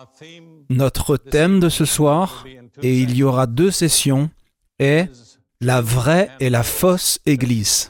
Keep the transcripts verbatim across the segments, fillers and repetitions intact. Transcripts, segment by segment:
Notre thème de ce soir, et il y aura deux sessions, est la vraie et la fausse Église.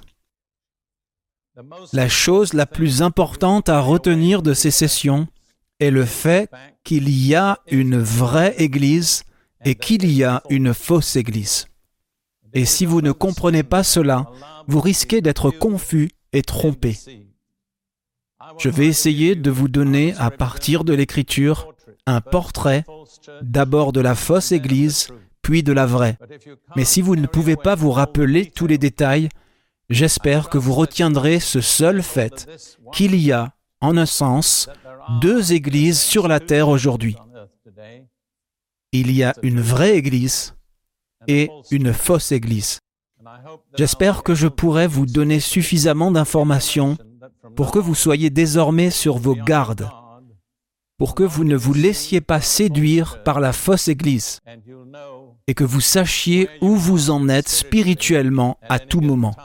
La chose la plus importante à retenir de ces sessions est le fait qu'il y a une vraie Église et qu'il y a une fausse Église. Et si vous ne comprenez pas cela, vous risquez d'être confus et trompé. Je vais essayer de vous donner, à partir de l'Écriture, un portrait, d'abord de la fausse Église, puis de la vraie. Mais si vous ne pouvez pas vous rappeler tous les détails, j'espère que vous retiendrez ce seul fait qu'il y a, en un sens, deux Églises sur la terre aujourd'hui. Il y a une vraie Église et une fausse Église. J'espère que je pourrai vous donner suffisamment d'informations pour que vous soyez désormais sur vos gardes, pour que vous ne vous laissiez pas séduire par la fausse Église et que vous sachiez où vous en êtes spirituellement à tout moment.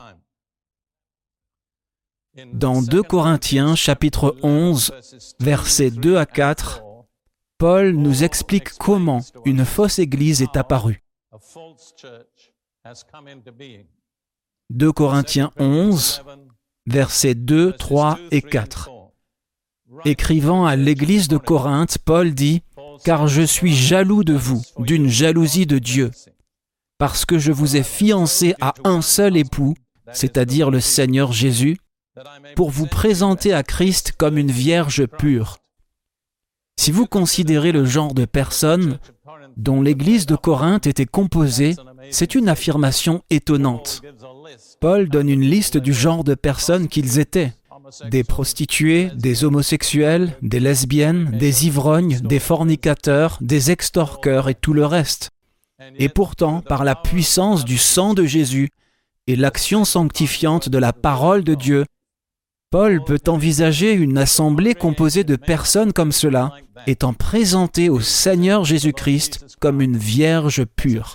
Dans deux Corinthiens, chapitre onze, versets deux à quatre, Paul nous explique comment une fausse Église est apparue. deux Corinthiens onze, versets deux, trois et quatre. Écrivant à l'Église de Corinthe, Paul dit « Car je suis jaloux de vous, d'une jalousie de Dieu, parce que je vous ai fiancés à un seul époux, c'est-à-dire le Seigneur Jésus, pour vous présenter à Christ comme une vierge pure. » Si vous considérez le genre de personnes dont l'Église de Corinthe était composée, c'est une affirmation étonnante. Paul donne une liste du genre de personnes qu'ils étaient. Des prostituées, des homosexuels, des lesbiennes, des ivrognes, des fornicateurs, des extorqueurs et tout le reste. Et pourtant, par la puissance du sang de Jésus et l'action sanctifiante de la parole de Dieu, Paul peut envisager une assemblée composée de personnes comme cela, étant présentée au Seigneur Jésus-Christ comme une vierge pure.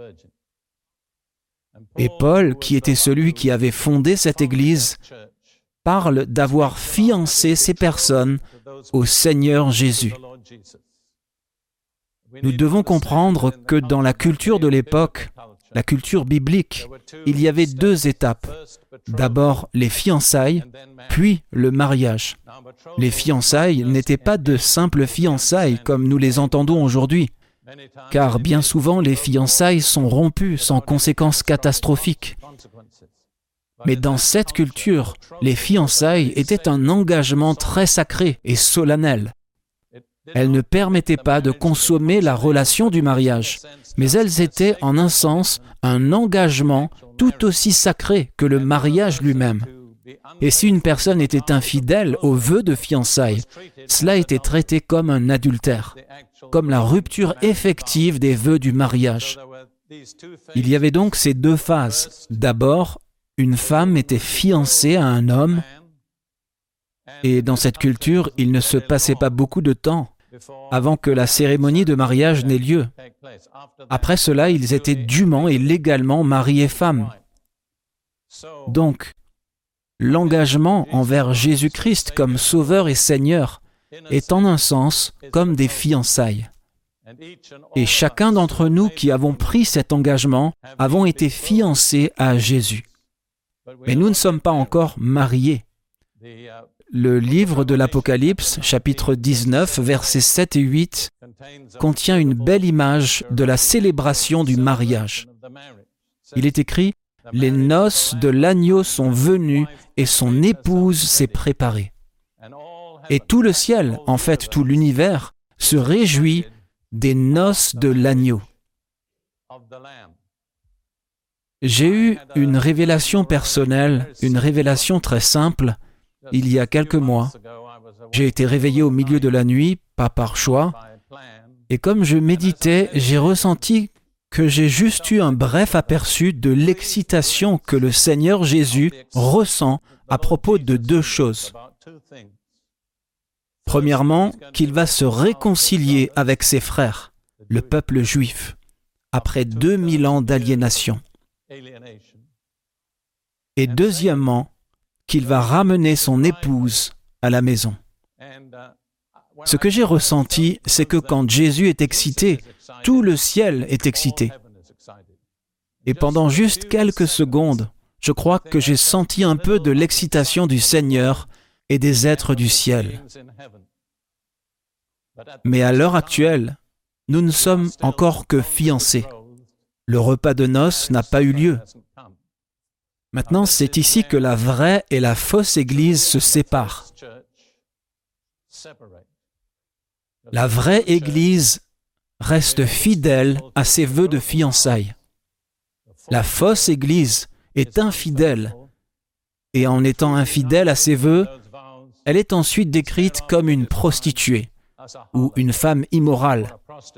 Et Paul, qui était celui qui avait fondé cette Église, parle d'avoir fiancé ces personnes au Seigneur Jésus. Nous devons comprendre que dans la culture de l'époque, la culture biblique, il y avait deux étapes. D'abord les fiançailles, puis le mariage. Les fiançailles n'étaient pas de simples fiançailles comme nous les entendons aujourd'hui, car bien souvent les fiançailles sont rompues sans conséquences catastrophiques. Mais dans cette culture, les fiançailles étaient un engagement très sacré et solennel. Elles ne permettaient pas de consommer la relation du mariage, mais elles étaient en un sens un engagement tout aussi sacré que le mariage lui-même. Et si une personne était infidèle aux vœux de fiançailles, cela était traité comme un adultère, comme la rupture effective des vœux du mariage. Il y avait donc ces deux phases. D'abord, une femme était fiancée à un homme, et dans cette culture, il ne se passait pas beaucoup de temps avant que la cérémonie de mariage n'ait lieu. Après cela, ils étaient dûment et légalement mari et femme. Donc, l'engagement envers Jésus-Christ comme Sauveur et Seigneur est en un sens comme des fiançailles. Et chacun d'entre nous qui avons pris cet engagement avons été fiancés à Jésus. Mais nous ne sommes pas encore mariés. Le livre de l'Apocalypse, chapitre dix-neuf, versets sept et huit, contient une belle image de la célébration du mariage. Il est écrit « Les noces de l'agneau sont venues et son épouse s'est préparée. » Et tout le ciel, en fait tout l'univers, se réjouit des noces de l'agneau. J'ai eu une révélation personnelle, une révélation très simple, il y a quelques mois. J'ai été réveillé au milieu de la nuit, pas par choix, et comme je méditais, j'ai ressenti que j'ai juste eu un bref aperçu de l'excitation que le Seigneur Jésus ressent à propos de deux choses. Premièrement, qu'il va se réconcilier avec ses frères, le peuple juif, après deux mille ans d'aliénation. Et deuxièmement, qu'il va ramener son épouse à la maison. Ce que j'ai ressenti, c'est que quand Jésus est excité, tout le ciel est excité. Et pendant juste quelques secondes, je crois que j'ai senti un peu de l'excitation du Seigneur et des êtres du ciel. Mais à l'heure actuelle, nous ne sommes encore que fiancés. Le repas de noces n'a pas eu lieu. Maintenant, c'est ici que la vraie et la fausse Église se séparent. La vraie Église reste fidèle à ses vœux de fiançailles. La fausse Église est infidèle, et en étant infidèle à ses vœux, elle est ensuite décrite comme une prostituée ou une femme immorale.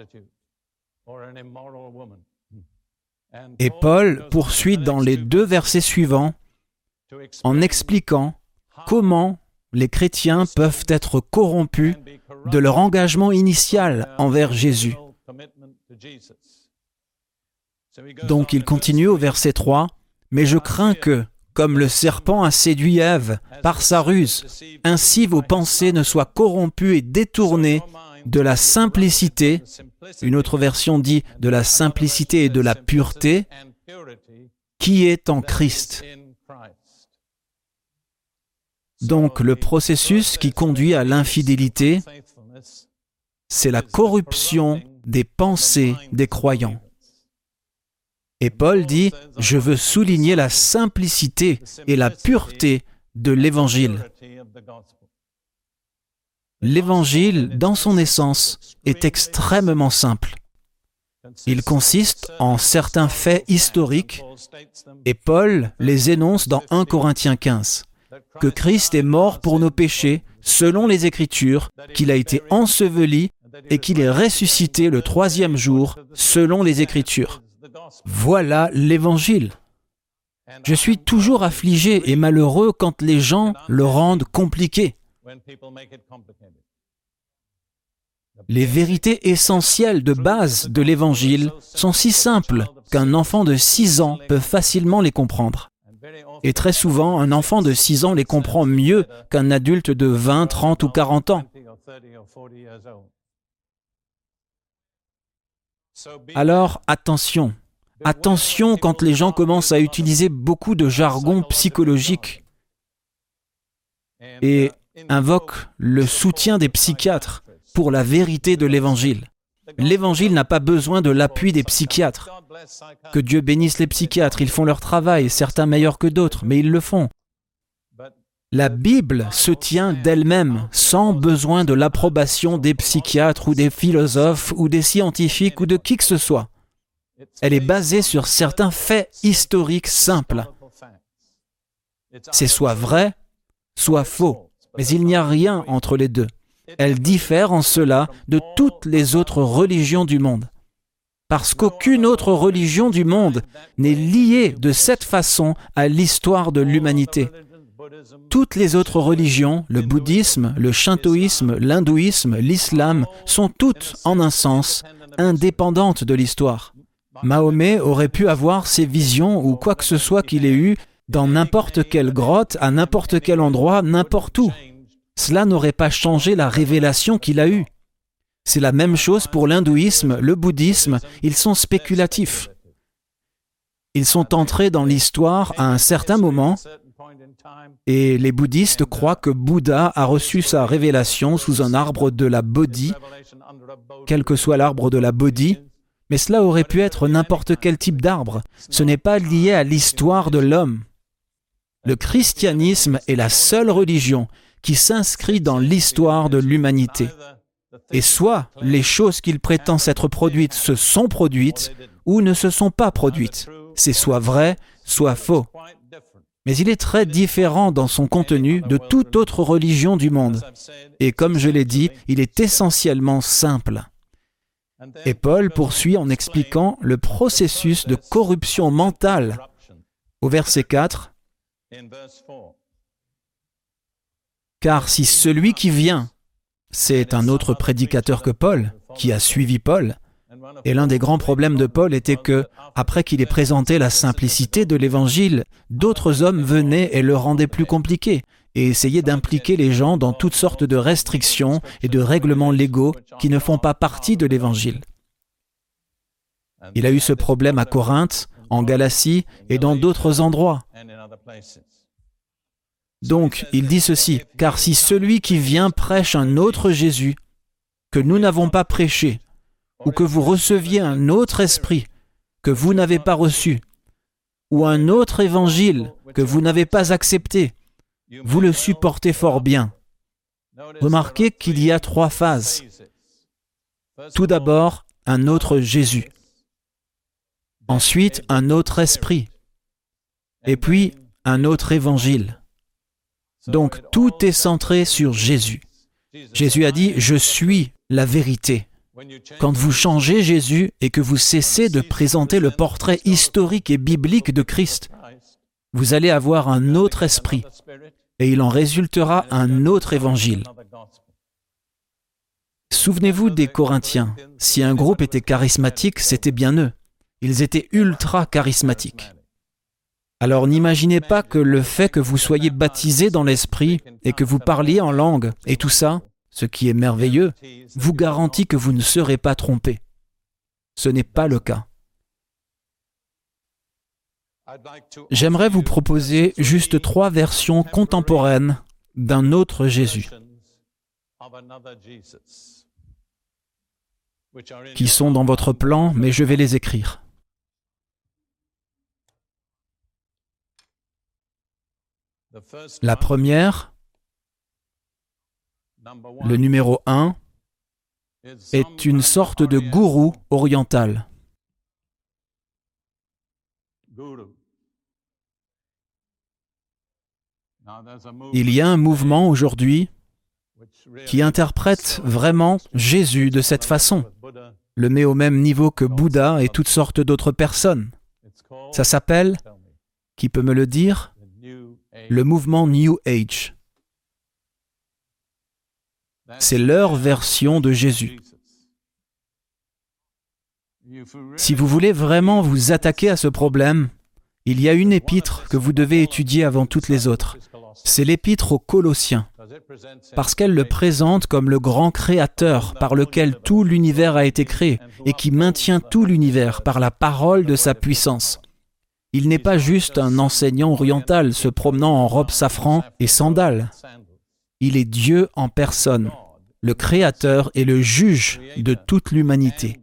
Et Paul poursuit dans les deux versets suivants en expliquant comment les chrétiens peuvent être corrompus de leur engagement initial envers Jésus. Donc il continue au verset trois, « Mais je crains que, comme le serpent a séduit Ève par sa ruse, ainsi vos pensées ne soient corrompues et détournées de la simplicité, une autre version dit de la simplicité et de la pureté, qui est en Christ. » Donc le processus qui conduit à l'infidélité, c'est la corruption des pensées des croyants. Et Paul dit, « Je veux souligner la simplicité et la pureté de l'Évangile. » L'Évangile, dans son essence, est extrêmement simple. Il consiste en certains faits historiques, et Paul les énonce dans un Corinthiens quinze, que Christ est mort pour nos péchés, selon les Écritures, qu'il a été enseveli et qu'il est ressuscité le troisième jour, selon les Écritures. Voilà l'Évangile. Je suis toujours affligé et malheureux quand les gens le rendent compliqué. Les vérités essentielles de base de l'Évangile sont si simples qu'un enfant de six ans peut facilement les comprendre. Et très souvent, un enfant de six ans les comprend mieux qu'un adulte de vingt, trente ou quarante ans. Alors, attention. Attention quand les gens commencent à utiliser beaucoup de jargon psychologique et invoquent le soutien des psychiatres pour la vérité de l'Évangile. L'Évangile n'a pas besoin de l'appui des psychiatres. Que Dieu bénisse les psychiatres, ils font leur travail, certains meilleurs que d'autres, mais ils le font. La Bible se tient d'elle-même, sans besoin de l'approbation des psychiatres ou des philosophes ou des scientifiques ou de qui que ce soit. Elle est basée sur certains faits historiques simples. C'est soit vrai, soit faux, mais il n'y a rien entre les deux. Elle diffère en cela de toutes les autres religions du monde. Parce qu'aucune autre religion du monde n'est liée de cette façon à l'histoire de l'humanité. Toutes les autres religions, le bouddhisme, le shintoïsme, l'hindouisme, l'islam, sont toutes, en un sens, indépendantes de l'histoire. Mahomet aurait pu avoir ses visions ou quoi que ce soit qu'il ait eu dans n'importe quelle grotte, à n'importe quel endroit, n'importe où. Cela n'aurait pas changé la révélation qu'il a eue. C'est la même chose pour l'hindouisme, le bouddhisme, ils sont spéculatifs. Ils sont entrés dans l'histoire à un certain moment et les bouddhistes croient que Bouddha a reçu sa révélation sous un arbre de la Bodhi, quel que soit l'arbre de la Bodhi, mais cela aurait pu être n'importe quel type d'arbre. Ce n'est pas lié à l'histoire de l'homme. Le christianisme est la seule religion qui s'inscrit dans l'histoire de l'humanité. Et soit les choses qu'il prétend s'être produites se sont produites, ou ne se sont pas produites. C'est soit vrai, soit faux. Mais il est très différent dans son contenu de toute autre religion du monde. Et comme je l'ai dit, il est essentiellement simple. Et Paul poursuit en expliquant le processus de corruption mentale. Au verset quatre, « Car si celui qui vient, c'est un autre prédicateur que Paul, qui a suivi Paul, et l'un des grands problèmes de Paul était que, après qu'il ait présenté la simplicité de l'Évangile, d'autres hommes venaient et le rendaient plus compliqué. et essayer d'impliquer les gens dans toutes sortes de restrictions et de règlements légaux qui ne font pas partie de l'Évangile. Il a eu ce problème à Corinthe, en Galatie et dans d'autres endroits. Donc, il dit ceci, « Car si celui qui vient prêche un autre Jésus, que nous n'avons pas prêché, ou que vous receviez un autre esprit que vous n'avez pas reçu, ou un autre évangile que vous n'avez pas accepté, vous le supportez fort bien. » Remarquez qu'il y a trois phases. Tout d'abord, un autre Jésus. Ensuite, un autre esprit. Et puis, un autre évangile. Donc, tout est centré sur Jésus. Jésus a dit « Je suis la vérité ». Quand vous changez Jésus et que vous cessez de présenter le portrait historique et biblique de Christ, vous allez avoir un autre esprit et il en résultera un autre évangile. Souvenez-vous des Corinthiens. Si un groupe était charismatique, c'était bien eux. Ils étaient ultra charismatiques. Alors n'imaginez pas que le fait que vous soyez baptisé dans l'esprit et que vous parliez en langue et tout ça, ce qui est merveilleux, vous garantit que vous ne serez pas trompé. Ce n'est pas le cas. J'aimerais vous proposer juste trois versions contemporaines d'un autre Jésus, qui sont dans votre plan, mais je vais les écrire. La première, le numéro un, est une sorte de gourou oriental. Il y a un mouvement aujourd'hui qui interprète vraiment Jésus de cette façon, le met au même niveau que Bouddha et toutes sortes d'autres personnes. Ça s'appelle, qui peut me le dire, le mouvement New Age. C'est leur version de Jésus. Si vous voulez vraiment vous attaquer à ce problème, il y a une épître que vous devez étudier avant toutes les autres. C'est l'épître aux Colossiens, parce qu'elle le présente comme le grand créateur par lequel tout l'univers a été créé et qui maintient tout l'univers par la parole de sa puissance. Il n'est pas juste un enseignant oriental se promenant en robe safran et sandales. Il est Dieu en personne, le créateur et le juge de toute l'humanité.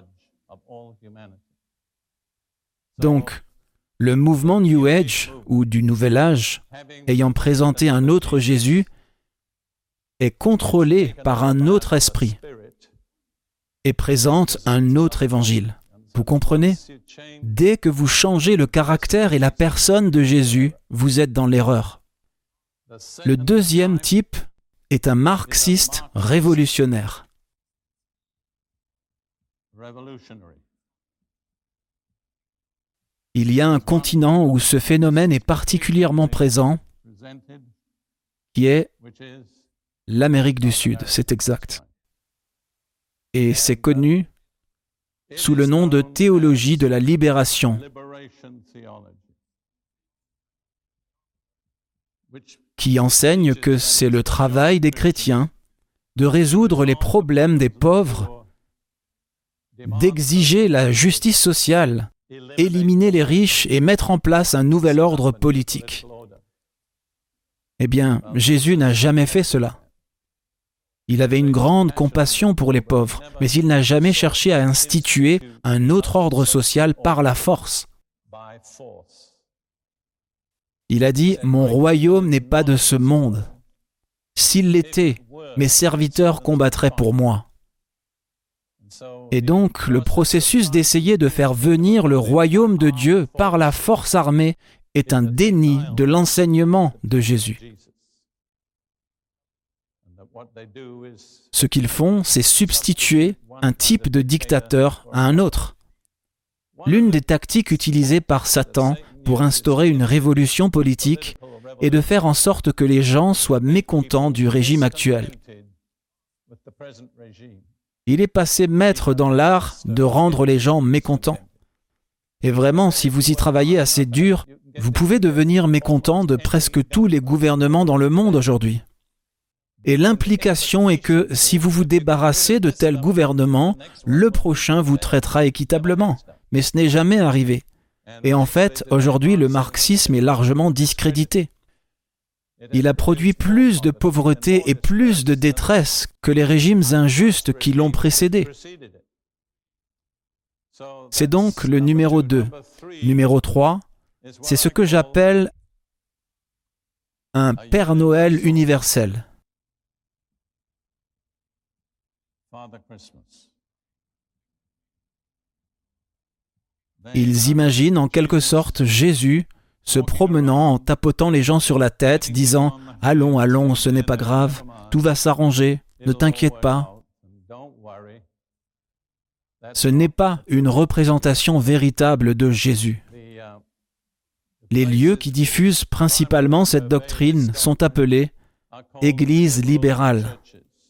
Donc, le mouvement New Age, ou du Nouvel Âge, ayant présenté un autre Jésus, est contrôlé par un autre esprit et présente un autre évangile. Vous comprenez? Dès que vous changez le caractère et la personne de Jésus, vous êtes dans l'erreur. Le deuxième type est un marxiste révolutionnaire. Il y a un continent où ce phénomène est particulièrement présent, qui est l'Amérique du Sud, c'est exact. Et c'est connu sous le nom de théologie de la libération, qui enseigne que c'est le travail des chrétiens de résoudre les problèmes des pauvres, d'exiger la justice sociale, éliminer les riches et mettre en place un nouvel ordre politique. Eh bien, Jésus n'a jamais fait cela. Il avait une grande compassion pour les pauvres, mais il n'a jamais cherché à instituer un autre ordre social par la force. Il a dit « Mon royaume n'est pas de ce monde. S'il l'était, mes serviteurs combattraient pour moi. » Et donc, le processus d'essayer de faire venir le royaume de Dieu par la force armée est un déni de l'enseignement de Jésus. Ce qu'ils font, c'est substituer un type de dictateur à un autre. L'une des tactiques utilisées par Satan pour instaurer une révolution politique est de faire en sorte que les gens soient mécontents du régime actuel. Il est passé maître dans l'art de rendre les gens mécontents. Et vraiment, si vous y travaillez assez dur, Vous pouvez devenir mécontent de presque tous les gouvernements dans le monde aujourd'hui. Et l'implication est que si vous vous débarrassez de tel gouvernement, le prochain vous traitera équitablement. Mais ce n'est jamais arrivé. Et en fait, aujourd'hui, le marxisme est largement discrédité. Il a produit plus de pauvreté et plus de détresse que les régimes injustes qui l'ont précédé. C'est donc le numéro deux. Numéro trois, c'est ce que j'appelle un Père Noël universel. Ils imaginent en quelque sorte Jésus se promenant en tapotant les gens sur la tête, disant « Allons, allons, ce n'est pas grave, tout va s'arranger, ne t'inquiète pas ». Ce n'est pas une représentation véritable de Jésus. Les lieux qui diffusent principalement cette doctrine sont appelés « églises libérales ».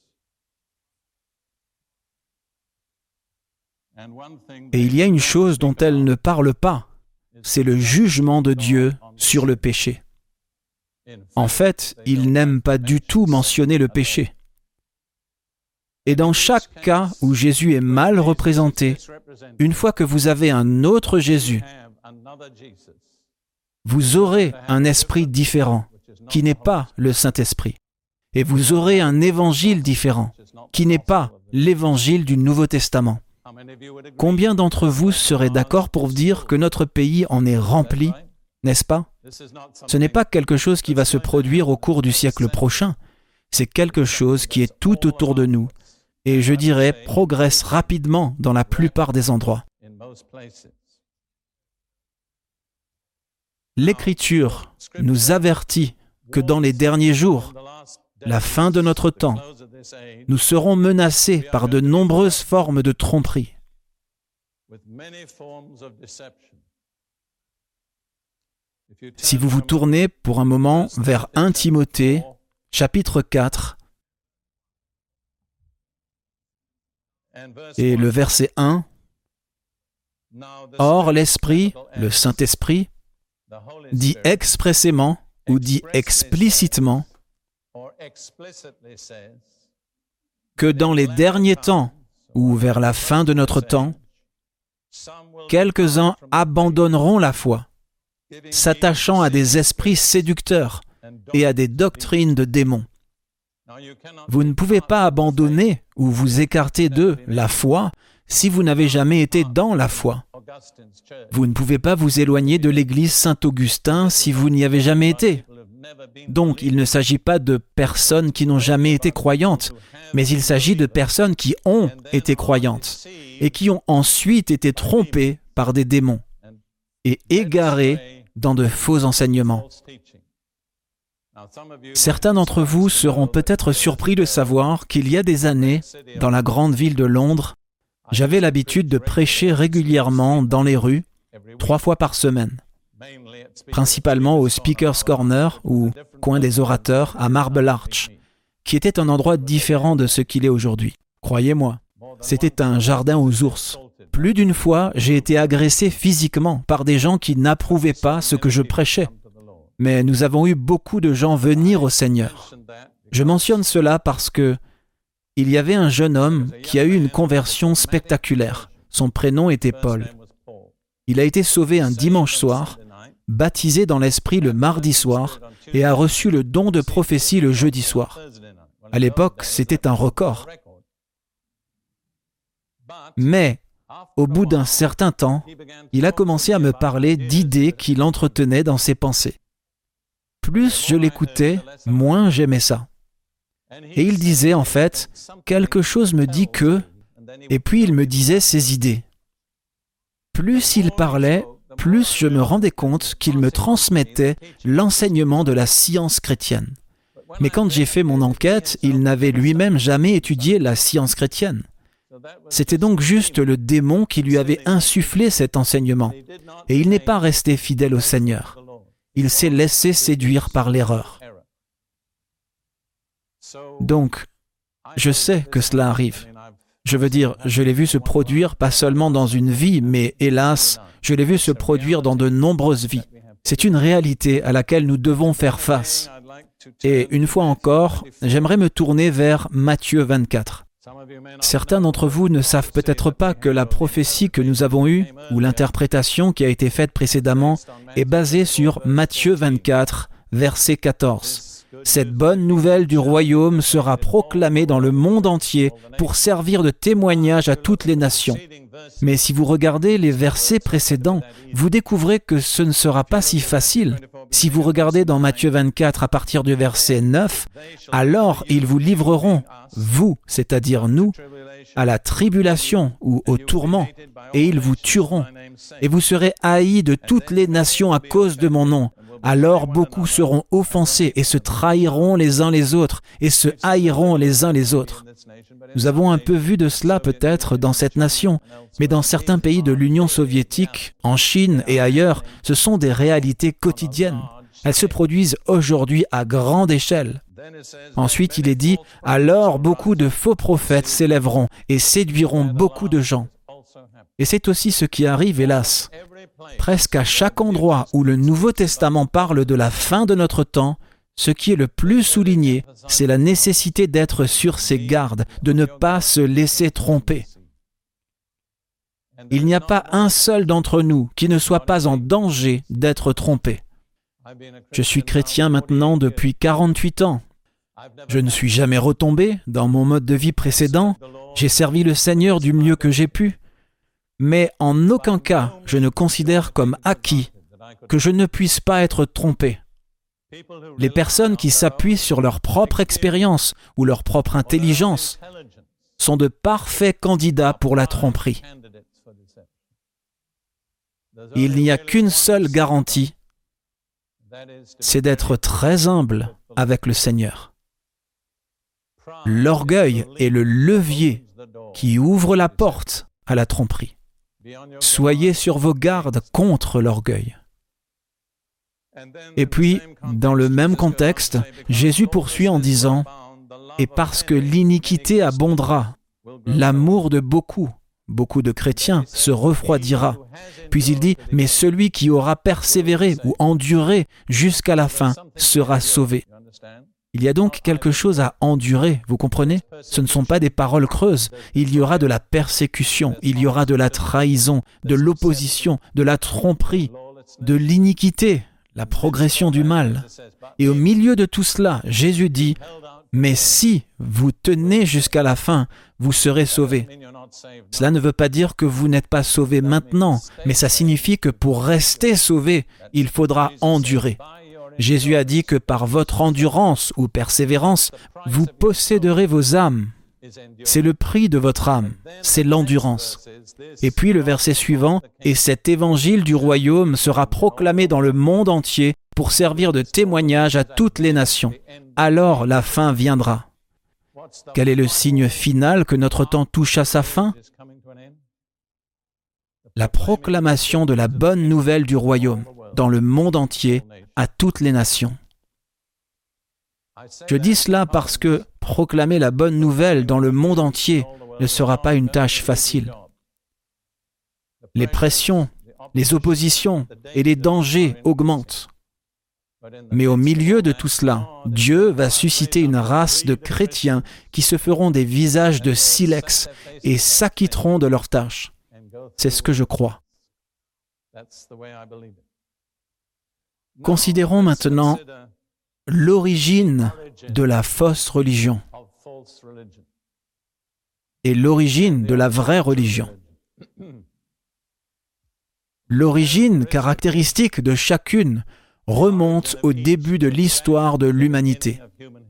Et il y a une chose dont elle ne parle pas, c'est le jugement de Dieu sur le péché. En fait, il n'aime pas du tout mentionner le péché. Et dans chaque cas où Jésus est mal représenté, une fois que vous avez un autre Jésus, vous aurez un esprit différent, qui n'est pas le Saint-Esprit. Et vous aurez un évangile différent, qui n'est pas l'évangile du Nouveau Testament. Combien d'entre vous seraient d'accord pour dire que notre pays en est rempli, n'est-ce pas? Ce n'est pas quelque chose qui va se produire au cours du siècle prochain, c'est quelque chose qui est tout autour de nous, et je dirais progresse rapidement dans la plupart des endroits. L'Écriture nous avertit que dans les derniers jours, la fin de notre temps, nous serons menacés par de nombreuses formes de tromperie. Si vous vous tournez pour un moment vers Première Timothée, chapitre quatre, et le verset un, « Or l'Esprit, le Saint-Esprit, dit expressément ou dit explicitement que dans les derniers temps, ou vers la fin de notre temps, quelques-uns abandonneront la foi, s'attachant à des esprits séducteurs et à des doctrines de démons. Vous ne pouvez pas abandonner ou vous écarter de la foi si vous n'avez jamais été dans la foi. Vous ne pouvez pas vous éloigner de l'église Saint-Augustin si vous n'y avez jamais été. Donc, il ne s'agit pas de personnes qui n'ont jamais été croyantes, mais il s'agit de personnes qui ont été croyantes et qui ont ensuite été trompées par des démons et égarées dans de faux enseignements. Certains d'entre vous seront peut-être surpris de savoir qu'il y a des années, dans la grande ville de Londres, j'avais l'habitude de prêcher régulièrement dans les rues, trois fois par semaine, principalement au Speaker's Corner ou coin des orateurs à Marble Arch, qui était un endroit différent de ce qu'il est aujourd'hui. Croyez-moi, c'était un jardin aux ours. Plus d'une fois, j'ai été agressé physiquement par des gens qui n'approuvaient pas ce que je prêchais. Mais nous avons eu beaucoup de gens venir au Seigneur. Je mentionne cela parce que il y avait un jeune homme qui a eu une conversion spectaculaire. Son prénom était Paul. Il a été sauvé un dimanche soir, baptisé dans l'esprit le mardi soir et a reçu le don de prophétie le jeudi soir. À l'époque, c'était un record. Mais, au bout d'un certain temps, il a commencé à me parler d'idées qu'il entretenait dans ses pensées. Plus je l'écoutais, moins j'aimais ça. Et il disait en fait, quelque chose me dit que, et puis il me disait ses idées. Plus il parlait, plus je me rendais compte qu'il me transmettait l'enseignement de la science chrétienne. Mais quand j'ai fait mon enquête, il n'avait lui-même jamais étudié la science chrétienne. C'était donc juste le démon qui lui avait insufflé cet enseignement. Et il n'est pas resté fidèle au Seigneur. Il s'est laissé séduire par l'erreur. Donc, je sais que cela arrive. Je veux dire, je l'ai vu se produire pas seulement dans une vie, mais hélas, je l'ai vu se produire dans de nombreuses vies. C'est une réalité à laquelle nous devons faire face. Et une fois encore, j'aimerais me tourner vers Matthieu vingt-quatre. Certains d'entre vous ne savent peut-être pas que la prophétie que nous avons eue, ou l'interprétation qui a été faite précédemment, est basée sur Matthieu vingt-quatre, verset quatorze. Cette bonne nouvelle du royaume sera proclamée dans le monde entier pour servir de témoignage à toutes les nations. Mais si vous regardez les versets précédents, vous découvrez que ce ne sera pas si facile. Si vous regardez dans Matthieu vingt-quatre à partir du verset neuf, alors ils vous livreront, vous, c'est-à-dire nous, à la tribulation ou au tourment, et ils vous tueront. Et vous serez haïs de toutes les nations à cause de mon nom. Alors beaucoup seront offensés et se trahiront les uns les autres et se haïront les uns les autres. Nous avons un peu vu de cela peut-être dans cette nation, mais dans certains pays de l'Union soviétique, en Chine et ailleurs, ce sont des réalités quotidiennes. Elles se produisent aujourd'hui à grande échelle. Ensuite, il est dit « Alors beaucoup de faux prophètes s'élèveront et séduiront beaucoup de gens. » Et c'est aussi ce qui arrive, hélas. Presque à chaque endroit où le Nouveau Testament parle de la fin de notre temps, ce qui est le plus souligné, c'est la nécessité d'être sur ses gardes, de ne pas se laisser tromper. Il n'y a pas un seul d'entre nous qui ne soit pas en danger d'être trompé. Je suis chrétien maintenant depuis quarante-huit ans. Je ne suis jamais retombé dans mon mode de vie précédent. J'ai servi le Seigneur du mieux que j'ai pu. Mais en aucun cas, je ne considère comme acquis que je ne puisse pas être trompé. Les personnes qui s'appuient sur leur propre expérience ou leur propre intelligence sont de parfaits candidats pour la tromperie. Il n'y a qu'une seule garantie, c'est d'être très humble avec le Seigneur. L'orgueil est le levier qui ouvre la porte à la tromperie. Soyez sur vos gardes contre l'orgueil. Et puis, dans le même contexte, Jésus poursuit en disant « Et parce que l'iniquité abondera, l'amour de beaucoup, beaucoup de chrétiens, se refroidira. » Puis il dit « Mais celui qui aura persévéré ou enduré jusqu'à la fin sera sauvé. » Il y a donc quelque chose à endurer, vous comprenez? Ce ne sont pas des paroles creuses. Il y aura de la persécution, il y aura de la trahison, de l'opposition, de la tromperie, de l'iniquité, la progression du mal. Et au milieu de tout cela, Jésus dit « Mais si vous tenez jusqu'à la fin, vous serez sauvés. » Cela ne veut pas dire que vous n'êtes pas sauvés maintenant, mais ça signifie que pour rester sauvés, il faudra endurer. Jésus a dit que par votre endurance ou persévérance, vous posséderez vos âmes. C'est le prix de votre âme, c'est l'endurance. Et puis le verset suivant, « Et cet évangile du royaume sera proclamé dans le monde entier pour servir de témoignage à toutes les nations. Alors la fin viendra. » Quel est le signe final que notre temps touche à sa fin? La proclamation de la bonne nouvelle du royaume dans le monde entier, à toutes les nations. Je dis cela parce que proclamer la bonne nouvelle dans le monde entier ne sera pas une tâche facile. Les pressions, les oppositions et les dangers augmentent. Mais au milieu de tout cela, Dieu va susciter une race de chrétiens qui se feront des visages de silex et s'acquitteront de leurs tâches. C'est ce que je crois. Considérons maintenant l'origine de la fausse religion et l'origine de la vraie religion. L'origine caractéristique de chacune remonte au début de l'histoire de l'humanité.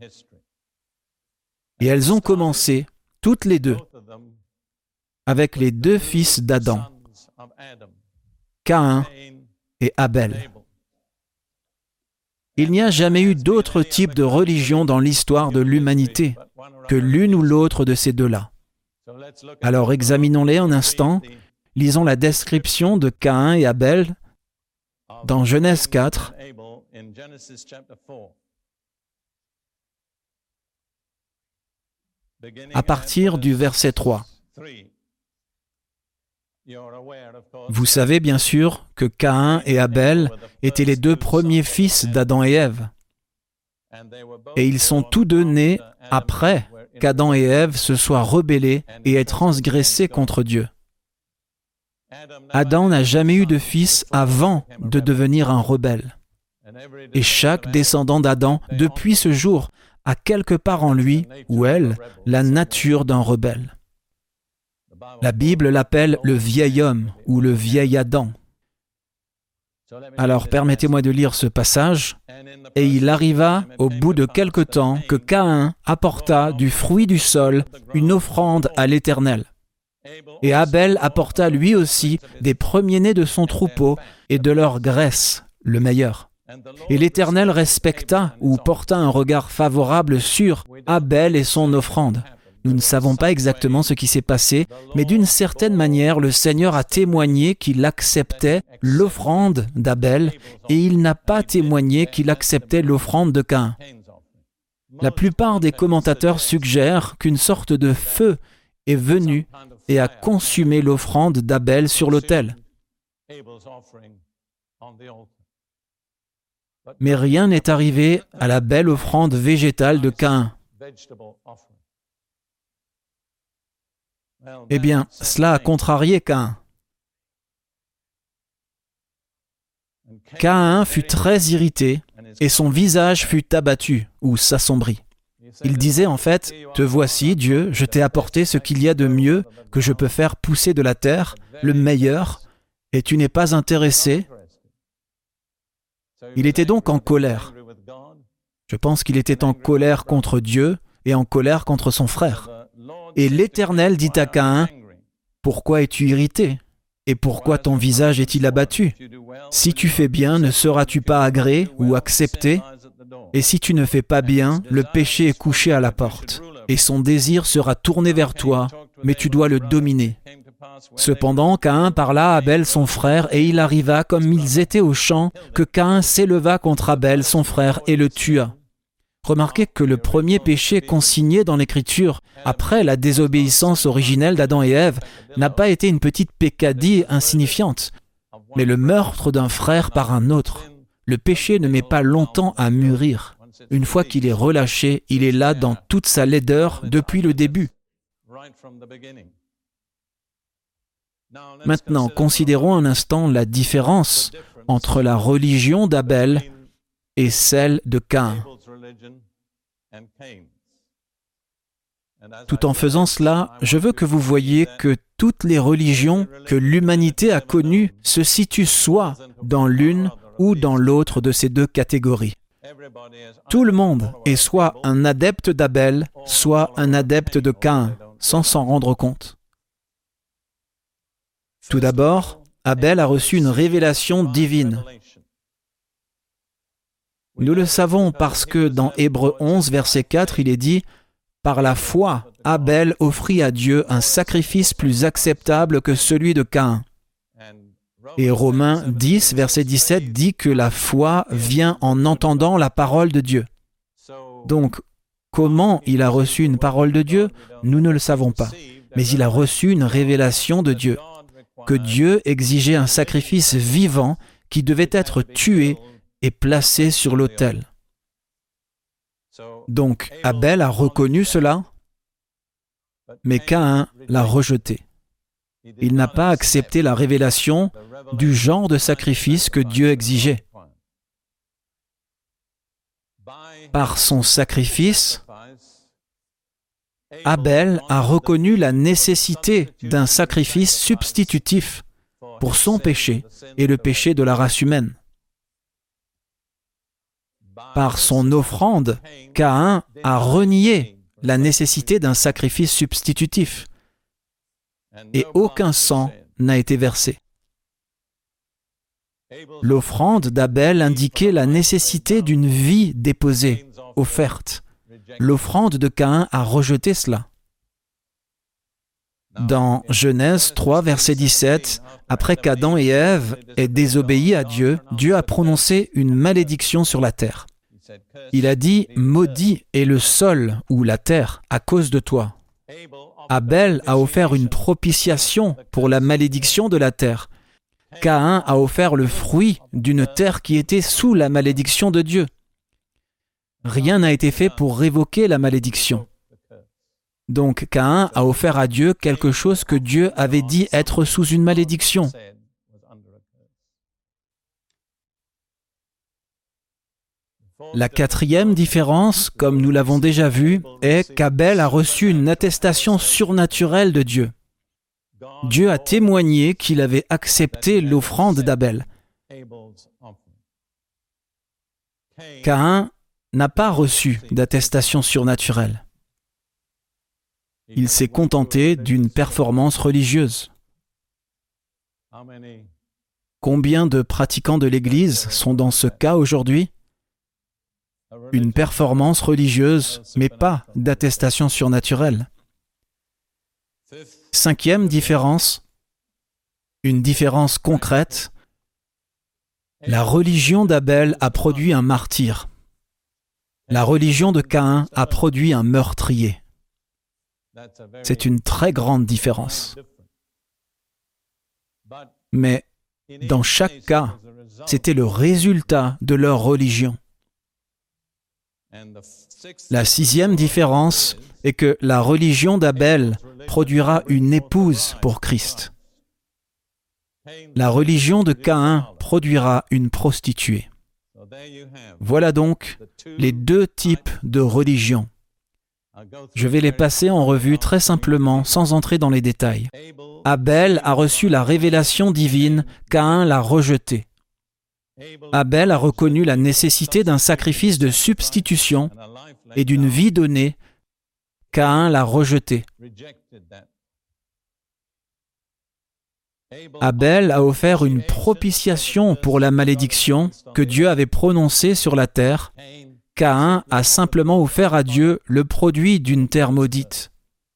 Et elles ont commencé, toutes les deux, avec les deux fils d'Adam, Caïn et Abel. Il n'y a jamais eu d'autre type de religion dans l'histoire de l'humanité que l'une ou l'autre de ces deux-là. Alors examinons-les un instant, lisons la description de Caïn et Abel dans Genèse quatre, à partir du verset trois. Vous savez bien sûr que Caïn et Abel étaient les deux premiers fils d'Adam et Ève. Et ils sont tous deux nés après qu'Adam et Ève se soient rebellés et aient transgressé contre Dieu. Adam n'a jamais eu de fils avant de devenir un rebelle. Et chaque descendant d'Adam, depuis ce jour, a quelque part en lui, ou elle, la nature d'un rebelle. La Bible l'appelle le vieil homme ou le vieil Adam. Alors permettez-moi de lire ce passage. « Et il arriva, au bout de quelque temps, que Caïn apporta du fruit du sol une offrande à l'Éternel. Et Abel apporta lui aussi des premiers-nés de son troupeau et de leur graisse, le meilleur. Et l'Éternel respecta ou porta un regard favorable sur Abel et son offrande. » Nous ne savons pas exactement ce qui s'est passé, mais d'une certaine manière, le Seigneur a témoigné qu'il acceptait l'offrande d'Abel et il n'a pas témoigné qu'il acceptait l'offrande de Caïn. La plupart des commentateurs suggèrent qu'une sorte de feu est venu et a consumé l'offrande d'Abel sur l'autel. Mais rien n'est arrivé à la belle offrande végétale de Caïn. Eh bien, cela a contrarié Caïn. Caïn fut très irrité et son visage fut abattu ou s'assombrit. Il disait en fait, « Te voici, Dieu, je t'ai apporté ce qu'il y a de mieux que je peux faire pousser de la terre, le meilleur, et tu n'es pas intéressé. » Il était donc en colère. Je pense qu'il était en colère contre Dieu et en colère contre son frère. Et l'Éternel dit à Caïn, « Pourquoi es-tu irrité? Et pourquoi ton visage est-il abattu? Si tu fais bien, ne seras-tu pas agréé ou accepté? Et si tu ne fais pas bien, le péché est couché à la porte, et son désir sera tourné vers toi, mais tu dois le dominer. » Cependant, Caïn parla à Abel son frère, et il arriva, comme ils étaient au champ, que Caïn s'éleva contre Abel son frère et le tua. Remarquez que le premier péché consigné dans l'Écriture, après la désobéissance originelle d'Adam et Ève, n'a pas été une petite peccadille insignifiante, mais le meurtre d'un frère par un autre. Le péché ne met pas longtemps à mûrir. Une fois qu'il est relâché, il est là dans toute sa laideur depuis le début. Maintenant, considérons un instant la différence entre la religion d'Abel et celle de Caïn. Tout en faisant cela, je veux que vous voyiez que toutes les religions que l'humanité a connues se situent soit dans l'une ou dans l'autre de ces deux catégories. Tout le monde est soit un adepte d'Abel, soit un adepte de Caïn, sans s'en rendre compte. Tout d'abord, Abel a reçu une révélation divine. Nous le savons parce que dans Hébreux onze, verset quatre, il est dit « Par la foi, Abel offrit à Dieu un sacrifice plus acceptable que celui de Caïn. » Et Romains dix, verset dix-sept, dit que la foi vient en entendant la parole de Dieu. Donc, comment il a reçu une parole de Dieu? Nous ne le savons pas. Mais il a reçu une révélation de Dieu, que Dieu exigeait un sacrifice vivant qui devait être tué et placé sur l'autel. Donc, Abel a reconnu cela, mais Caïn l'a rejeté. Il n'a pas accepté la révélation du genre de sacrifice que Dieu exigeait. Par son sacrifice, Abel a reconnu la nécessité d'un sacrifice substitutif pour son péché et le péché de la race humaine. Par son offrande, Caïn a renié la nécessité d'un sacrifice substitutif et aucun sang n'a été versé. L'offrande d'Abel indiquait la nécessité d'une vie déposée, offerte. L'offrande de Caïn a rejeté cela. Dans Genèse trois, verset dix-sept, après qu'Adam et Ève aient désobéi à Dieu, Dieu a prononcé une malédiction sur la terre. Il a dit « Maudit est le sol ou la terre à cause de toi. » Abel a offert une propitiation pour la malédiction de la terre. Caïn a offert le fruit d'une terre qui était sous la malédiction de Dieu. Rien n'a été fait pour révoquer la malédiction. Donc Caïn a offert à Dieu quelque chose que Dieu avait dit être sous une malédiction. La quatrième différence, comme nous l'avons déjà vu, est qu'Abel a reçu une attestation surnaturelle de Dieu. Dieu a témoigné qu'il avait accepté l'offrande d'Abel. Caïn n'a pas reçu d'attestation surnaturelle. Il s'est contenté d'une performance religieuse. Combien de pratiquants de l'Église sont dans ce cas aujourd'hui? Une performance religieuse, mais pas d'attestation surnaturelle. Cinquième différence, une différence concrète, la religion d'Abel a produit un martyr. La religion de Caïn a produit un meurtrier. C'est une très grande différence. Mais dans chaque cas, c'était le résultat de leur religion. La sixième différence est que la religion d'Abel produira une épouse pour Christ. La religion de Caïn produira une prostituée. Voilà donc les deux types de religion. Je vais les passer en revue très simplement, sans entrer dans les détails. Abel a reçu la révélation divine, Caïn l'a rejetée. Abel a reconnu la nécessité d'un sacrifice de substitution et d'une vie donnée, Caïn l'a rejetée. Abel a offert une propitiation pour la malédiction que Dieu avait prononcée sur la terre. Caïn a simplement offert à Dieu le produit d'une terre maudite.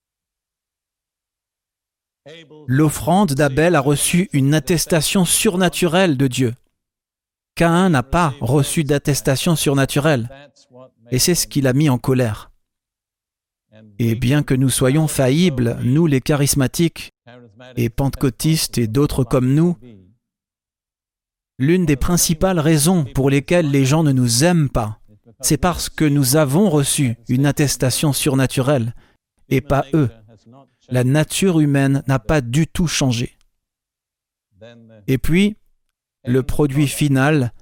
L'offrande d'Abel a reçu une attestation surnaturelle de Dieu. Caïn n'a pas reçu d'attestation surnaturelle, et c'est ce qui l'a mis en colère. Et bien que nous soyons faillibles, nous les charismatiques, et pentecôtistes et d'autres comme nous, l'une des principales raisons pour lesquelles les gens ne nous aiment pas, c'est parce que nous avons reçu une attestation surnaturelle, et pas eux. La nature humaine n'a pas du tout changé. Et puis, le produit final,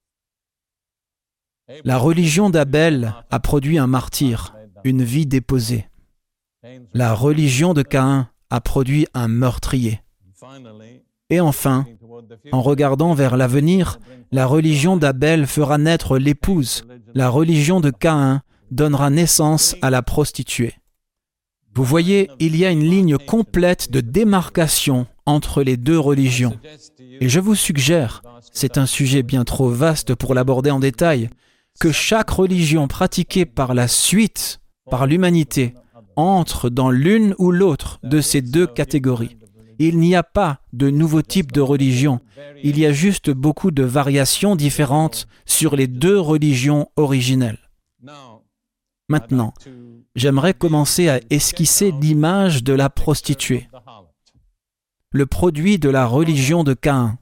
la religion d'Abel a produit un martyr, une vie déposée. La religion de Caïn a produit un meurtrier. Et enfin, en regardant vers l'avenir, la religion d'Abel fera naître l'épouse. La religion de Caïn donnera naissance à la prostituée. Vous voyez, il y a une ligne complète de démarcation entre les deux religions. Et je vous suggère, c'est un sujet bien trop vaste pour l'aborder en détail, que chaque religion pratiquée par la suite, par l'humanité, entre dans l'une ou l'autre de ces deux catégories. Il n'y a pas de nouveau type de religion, il y a juste beaucoup de variations différentes sur les deux religions originelles. Maintenant, j'aimerais commencer à esquisser l'image de la prostituée, le produit de la religion de Caïn.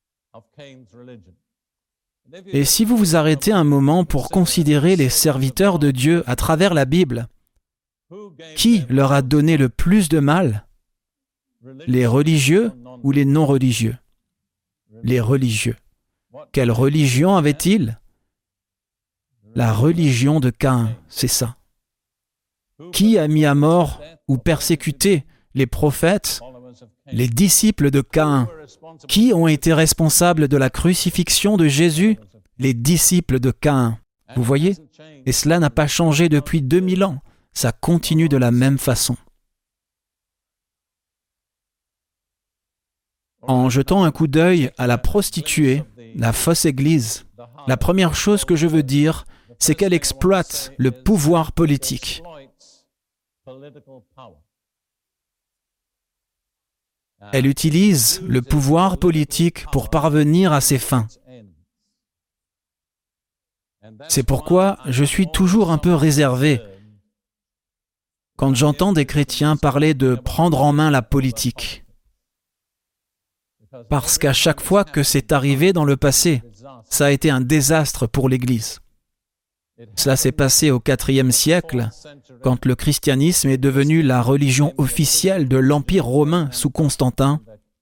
Et si vous vous arrêtez un moment pour considérer les serviteurs de Dieu à travers la Bible, qui leur a donné le plus de mal? Les religieux ou les non-religieux? Les religieux. Quelle religion avaient-ils? La religion de Caïn, c'est ça. Qui a mis à mort ou persécuté les prophètes? Les disciples de Caïn. Qui ont été responsables de la crucifixion de Jésus? Les disciples de Caïn. Vous voyez? Et cela n'a pas changé depuis deux mille ans. Ça continue de la même façon. En jetant un coup d'œil à la prostituée, la fausse église, la première chose que je veux dire, c'est qu'elle exploite le pouvoir politique. Elle utilise le pouvoir politique pour parvenir à ses fins. C'est pourquoi je suis toujours un peu réservé quand j'entends des chrétiens parler de prendre en main la politique. Parce qu'à chaque fois que c'est arrivé dans le passé, ça a été un désastre pour l'Église. Cela s'est passé au quatrième siècle, quand le christianisme est devenu la religion officielle de l'Empire romain sous Constantin.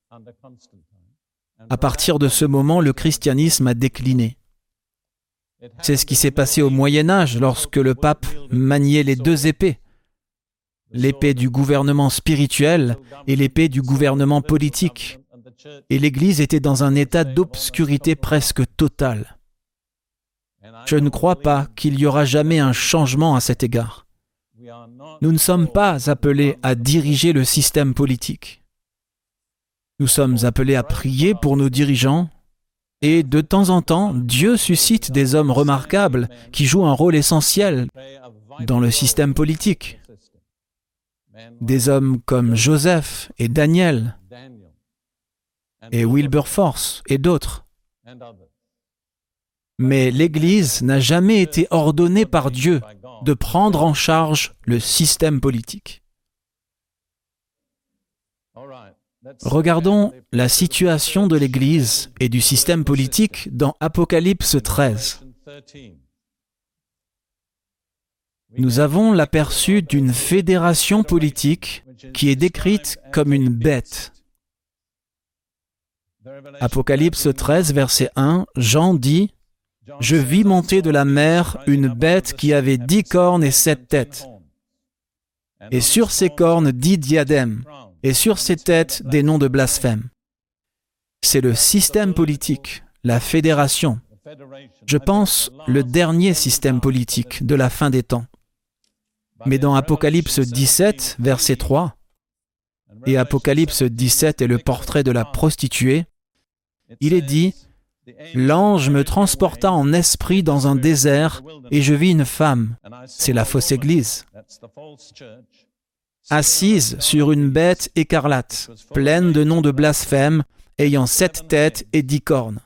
À partir de ce moment, le christianisme a décliné. C'est ce qui s'est passé au Moyen Âge, lorsque le pape maniait les deux épées, l'épée du gouvernement spirituel et l'épée du gouvernement politique. Et l'Église était dans un état d'obscurité presque totale. Je ne crois pas qu'il y aura jamais un changement à cet égard. Nous ne sommes pas appelés à diriger le système politique. Nous sommes appelés à prier pour nos dirigeants et de temps en temps, Dieu suscite des hommes remarquables qui jouent un rôle essentiel dans le système politique. Des hommes comme Joseph et Daniel et Wilberforce et d'autres. Mais l'Église n'a jamais été ordonnée par Dieu de prendre en charge le système politique. Regardons la situation de l'Église et du système politique dans Apocalypse treize. Nous avons l'aperçu d'une fédération politique qui est décrite comme une bête. Apocalypse treize, verset un, Jean dit « Je vis monter de la mer une bête qui avait dix cornes et sept têtes, et sur ses cornes dix diadèmes, et sur ses têtes des noms de blasphème. » C'est le système politique, la fédération. Je pense le dernier système politique de la fin des temps. Mais dans Apocalypse dix-sept, verset trois, et Apocalypse dix-sept est le portrait de la prostituée, il est dit « L'ange me transporta en esprit dans un désert, et je vis une femme. » C'est la fausse Église. Assise sur une bête écarlate, pleine de noms de blasphème, ayant sept têtes et dix cornes.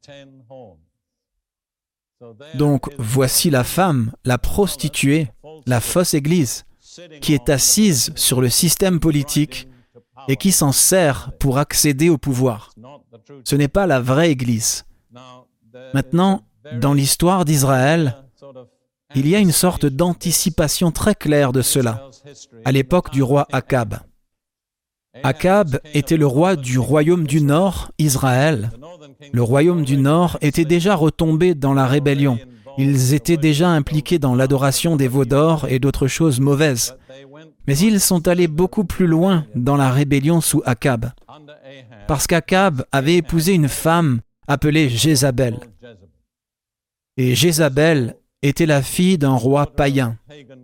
Donc, voici la femme, la prostituée, la fausse Église, qui est assise sur le système politique et qui s'en sert pour accéder au pouvoir. Ce n'est pas la vraie Église. Maintenant, dans l'histoire d'Israël, il y a une sorte d'anticipation très claire de cela, à l'époque du roi Akab. Akab était le roi du royaume du Nord, Israël. Le royaume du Nord était déjà retombé dans la rébellion. Ils étaient déjà impliqués dans l'adoration des veaux d'or et d'autres choses mauvaises. Mais ils sont allés beaucoup plus loin dans la rébellion sous Akab, parce qu'Akab avait épousé une femme appelée Jézabel. Et Jézabel était la fille d'un roi païen.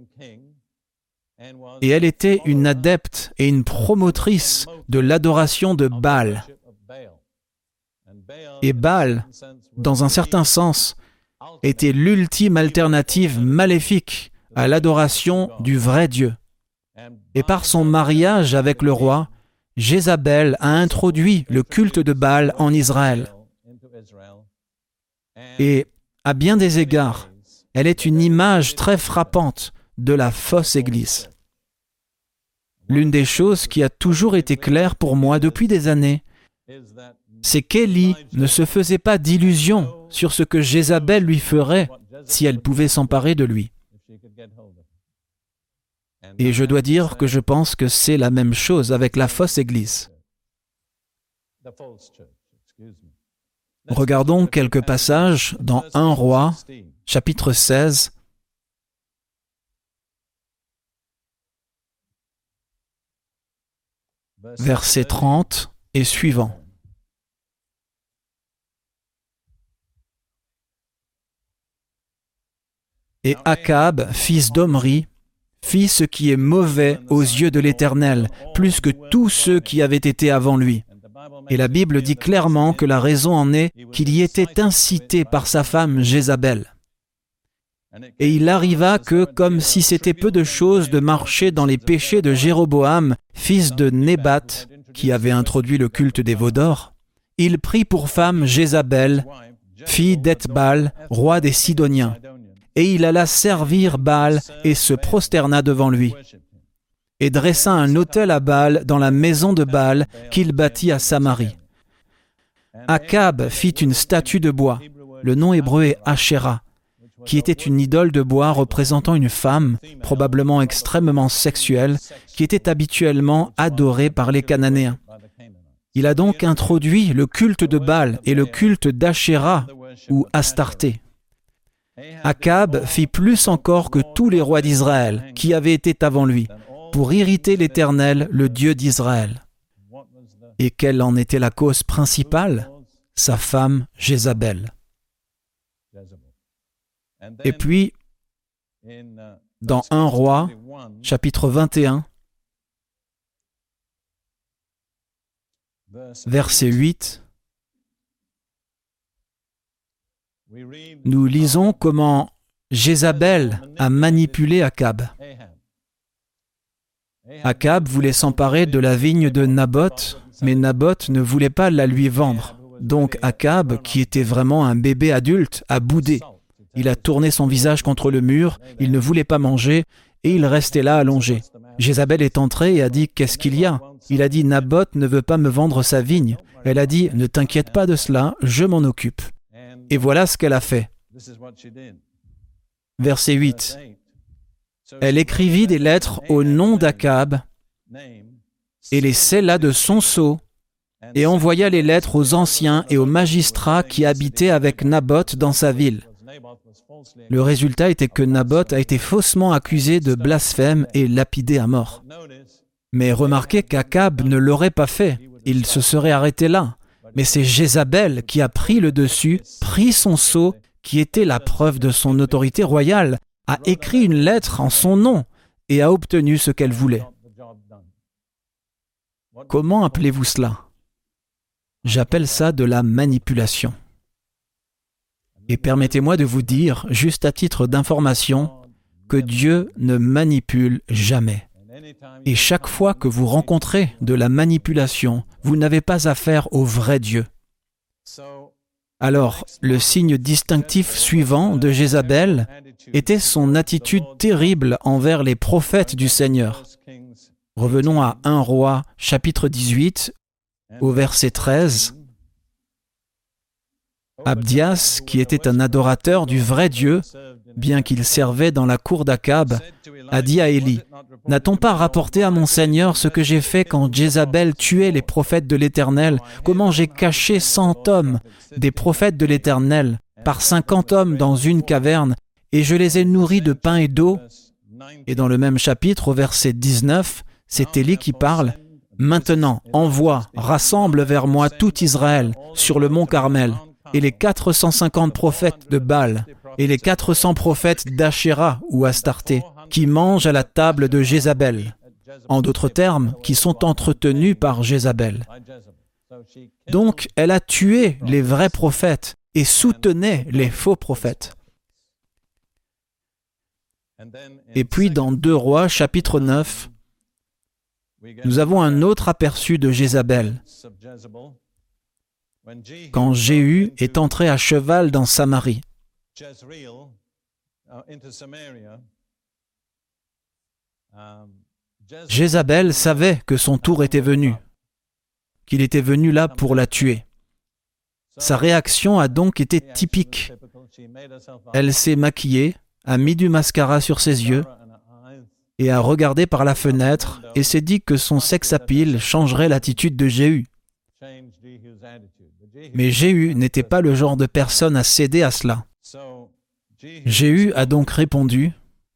Et elle était une adepte et une promotrice de l'adoration de Baal. Et Baal, dans un certain sens, était l'ultime alternative maléfique à l'adoration du vrai Dieu. Et par son mariage avec le roi, Jézabel a introduit le culte de Baal en Israël. Et à bien des égards, elle est une image très frappante de la fausse Église. L'une des choses qui a toujours été claire pour moi depuis des années, c'est qu'Élie ne se faisait pas d'illusions sur ce que Jézabel lui ferait si elle pouvait s'emparer de lui. Et je dois dire que je pense que c'est la même chose avec la fausse Église. Regardons quelques passages dans un Roi, chapitre seize, versets trente et suivants. Et Akab, fils d'Omri, fit ce qui est mauvais aux yeux de l'Éternel, plus que tous ceux qui avaient été avant lui. Et la Bible dit clairement que la raison en est qu'il y était incité par sa femme Jézabel. Et il arriva que, comme si c'était peu de chose de marcher dans les péchés de Jéroboam, fils de Nébat, qui avait introduit le culte des veaux d'or, il prit pour femme Jézabel, fille d'Ethbal, roi des Sidoniens. Et il alla servir Baal et se prosterna devant lui. et dressa un autel à Baal dans la maison de Baal qu'il bâtit à Samarie. Akab fit une statue de bois, le nom hébreu est Ashéra, qui était une idole de bois représentant une femme, probablement extrêmement sexuelle, qui était habituellement adorée par les Cananéens. Il a donc introduit le culte de Baal et le culte d'Ashéra, ou Astarté. Akab fit plus encore que tous les rois d'Israël qui avaient été avant lui, pour irriter l'Éternel, le Dieu d'Israël. Et quelle en était la cause principale? Sa femme Jézabel. Et puis, dans un roi, chapitre vingt et un, verset huit, nous lisons comment Jézabel a manipulé Akab. Akab voulait s'emparer de la vigne de Naboth, mais Naboth ne voulait pas la lui vendre. Donc Akab, qui était vraiment un bébé adulte, a boudé. Il a tourné son visage contre le mur, il ne voulait pas manger, et il restait là allongé. Jézabel est entrée et a dit « Qu'est-ce qu'il y a ?» Il a dit « Naboth ne veut pas me vendre sa vigne. » Elle a dit « Ne t'inquiète pas de cela, je m'en occupe. » Et voilà ce qu'elle a fait. Verset huit. Elle écrivit des lettres au nom d'Akab et les scella de son sceau et envoya les lettres aux anciens et aux magistrats qui habitaient avec Naboth dans sa ville. Le résultat était que Naboth a été faussement accusé de blasphème et lapidé à mort. Mais remarquez qu'Akab ne l'aurait pas fait, il se serait arrêté là. Mais c'est Jézabel qui a pris le dessus, pris son sceau, qui était la preuve de son autorité royale, a écrit une lettre en son nom et a obtenu ce qu'elle voulait. Comment appelez-vous cela? J'appelle ça de la manipulation. Et permettez-moi de vous dire, juste à titre d'information, que Dieu ne manipule jamais. Et chaque fois que vous rencontrez de la manipulation, vous n'avez pas affaire au vrai Dieu. Alors, le signe distinctif suivant de Jézabel était son attitude terrible envers les prophètes du Seigneur. Revenons à un roi, chapitre dix-huit, au verset treize. Abdias, qui était un adorateur du vrai Dieu, bien qu'il servait dans la cour d'Akab, a dit à Élie, « N'a-t-on pas rapporté à mon Seigneur ce que j'ai fait quand Jézabel tuait les prophètes de l'Éternel, comment j'ai caché cent hommes des prophètes de l'Éternel par cinquante hommes dans une caverne, et je les ai nourris de pain et d'eau ?» Et dans le même chapitre, au verset dix-neuf, c'est Élie qui parle, « Maintenant, envoie, rassemble vers moi tout Israël sur le mont Carmel, et les quatre cent cinquante prophètes de Baal, et les quatre cents prophètes d'Ashéra ou Astarté, qui mangent à la table de Jézabel, en d'autres termes, qui sont entretenus par Jézabel. » Donc, elle a tué les vrais prophètes et soutenait les faux prophètes. Et puis, dans deux Rois, chapitre neuf, nous avons un autre aperçu de Jézabel. Quand Jéhu est entré à cheval dans Samarie. Jézabel savait que son tour était venu, qu'il était venu là pour la tuer. Sa réaction a donc été typique. Elle s'est maquillée, a mis du mascara sur ses yeux et a regardé par la fenêtre et s'est dit que son sex-appeal changerait l'attitude de Jéhu. Mais Jéhu n'était pas le genre de personne à céder à cela. Jéhu a donc répondu.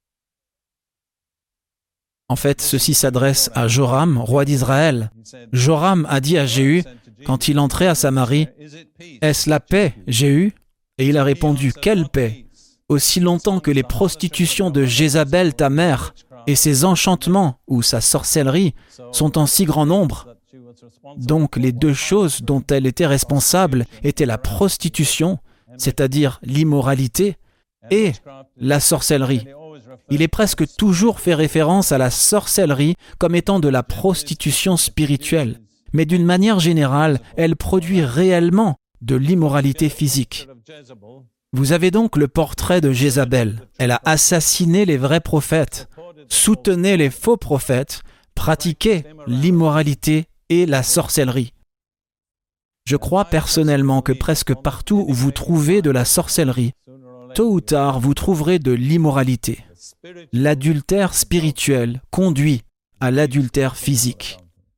En fait, ceci s'adresse à Joram, roi d'Israël. Joram a dit à Jéhu, quand il entrait à Samarie, « Est-ce la paix, Jéhu ?» Et il a répondu, « Quelle paix? Aussi longtemps que les prostitutions de Jézabel, ta mère, et ses enchantements ou sa sorcellerie sont en si grand nombre. » Donc les deux choses dont elle était responsable étaient la prostitution, c'est-à-dire l'immoralité, et la sorcellerie. Il est presque toujours fait référence à la sorcellerie comme étant de la prostitution spirituelle, mais d'une manière générale, elle produit réellement de l'immoralité physique. Vous avez donc le portrait de Jézabel. Elle a assassiné les vrais prophètes, soutenait les faux prophètes, pratiquaient l'immoralité et la sorcellerie. Je crois personnellement que presque partout où vous trouvez de la sorcellerie, tôt ou tard, vous trouverez de l'immoralité. L'adultère spirituel conduit à l'adultère physique.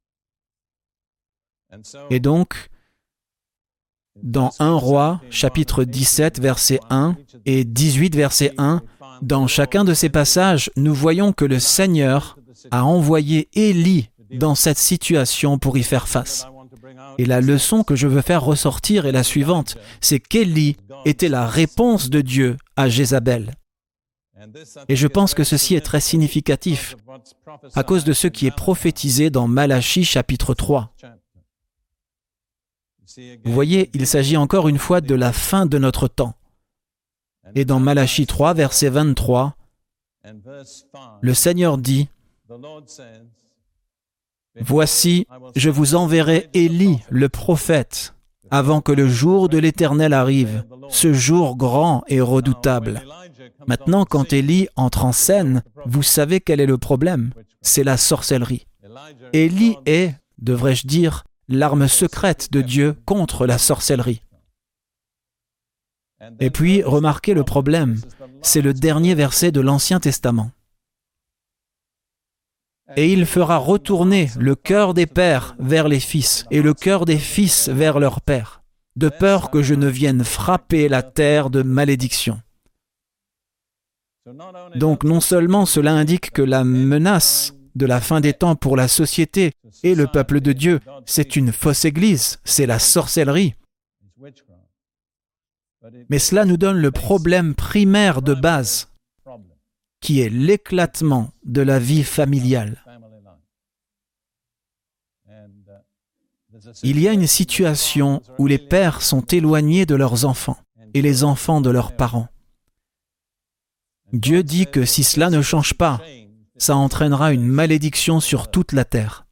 Et donc, dans un Roi, chapitre dix-sept, verset un, et dix-huit, verset un, dans chacun de ces passages, nous voyons que le Seigneur a envoyé Élie dans cette situation pour y faire face. Et la leçon que je veux faire ressortir est la suivante, c'est qu'Élie était la réponse de Dieu à Jézabel. Et je pense que ceci est très significatif à cause de ce qui est prophétisé dans Malachie chapitre trois. Vous voyez, il s'agit encore une fois de la fin de notre temps. Et dans Malachie trois, verset vingt-trois, le Seigneur dit, « Voici, je vous enverrai Élie, le prophète, avant que le jour de l'Éternel arrive, ce jour grand et redoutable. » Maintenant, quand Élie entre en scène, vous savez quel est le problème? C'est la sorcellerie. Élie est, devrais-je dire, l'arme secrète de Dieu contre la sorcellerie. Et puis, remarquez le problème, c'est le dernier verset de l'Ancien Testament. « Et il fera retourner le cœur des pères vers les fils, et le cœur des fils vers leurs pères, de peur que je ne vienne frapper la terre de malédiction. » Donc non seulement cela indique que la menace de la fin des temps pour la société et le peuple de Dieu, c'est une fausse église, c'est la sorcellerie. Mais cela nous donne le problème primaire de base, qui est l'éclatement de la vie familiale. Il y a une situation où les pères sont éloignés de leurs enfants et les enfants de leurs parents. Dieu dit que si cela ne change pas, ça entraînera une malédiction sur toute la terre.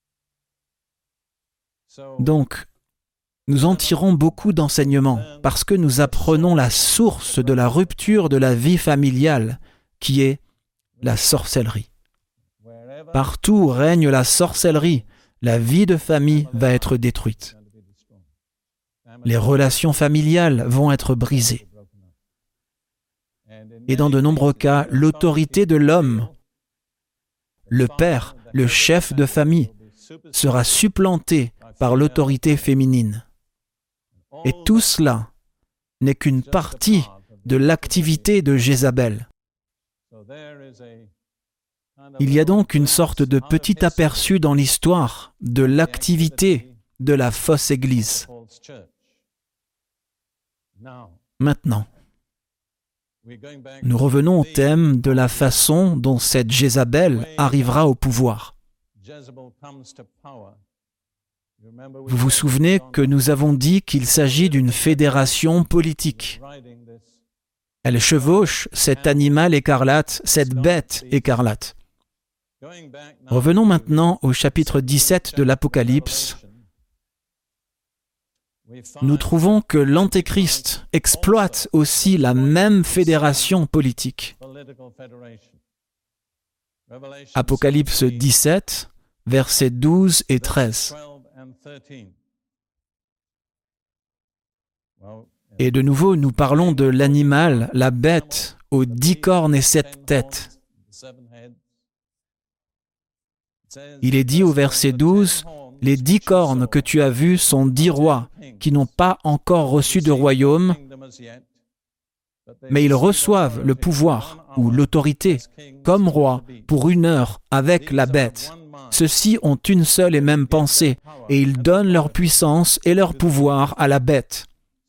Donc, nous en tirons beaucoup d'enseignements parce que nous apprenons la source de la rupture de la vie familiale, qui est la sorcellerie. Partout où règne la sorcellerie, la vie de famille va être détruite. Les relations familiales vont être brisées. Et dans de nombreux cas, l'autorité de l'homme, le père, le chef de famille, sera supplantée par l'autorité féminine. Et tout cela n'est qu'une partie de l'activité de Jézabel. Il y a donc une sorte de petit aperçu dans l'histoire de l'activité de la fausse Église. Maintenant, nous revenons au thème de la façon dont cette Jézabel arrivera au pouvoir. Vous vous souvenez que nous avons dit qu'il s'agit d'une fédération politique. Elle chevauche cet animal écarlate, cette bête écarlate. Revenons maintenant au chapitre dix-sept de l'Apocalypse. Nous trouvons que l'Antéchrist exploite aussi la même fédération politique. Apocalypse dix-sept, versets douze et treize. Et de nouveau, nous parlons de l'animal, la bête, aux dix cornes et sept têtes. Il est dit au verset douze, « Les dix cornes que tu as vues sont dix rois qui n'ont pas encore reçu de royaume, mais ils reçoivent le pouvoir ou l'autorité comme rois pour une heure avec la bête. Ceux-ci ont une seule et même pensée, et ils donnent leur puissance et leur pouvoir à la bête. »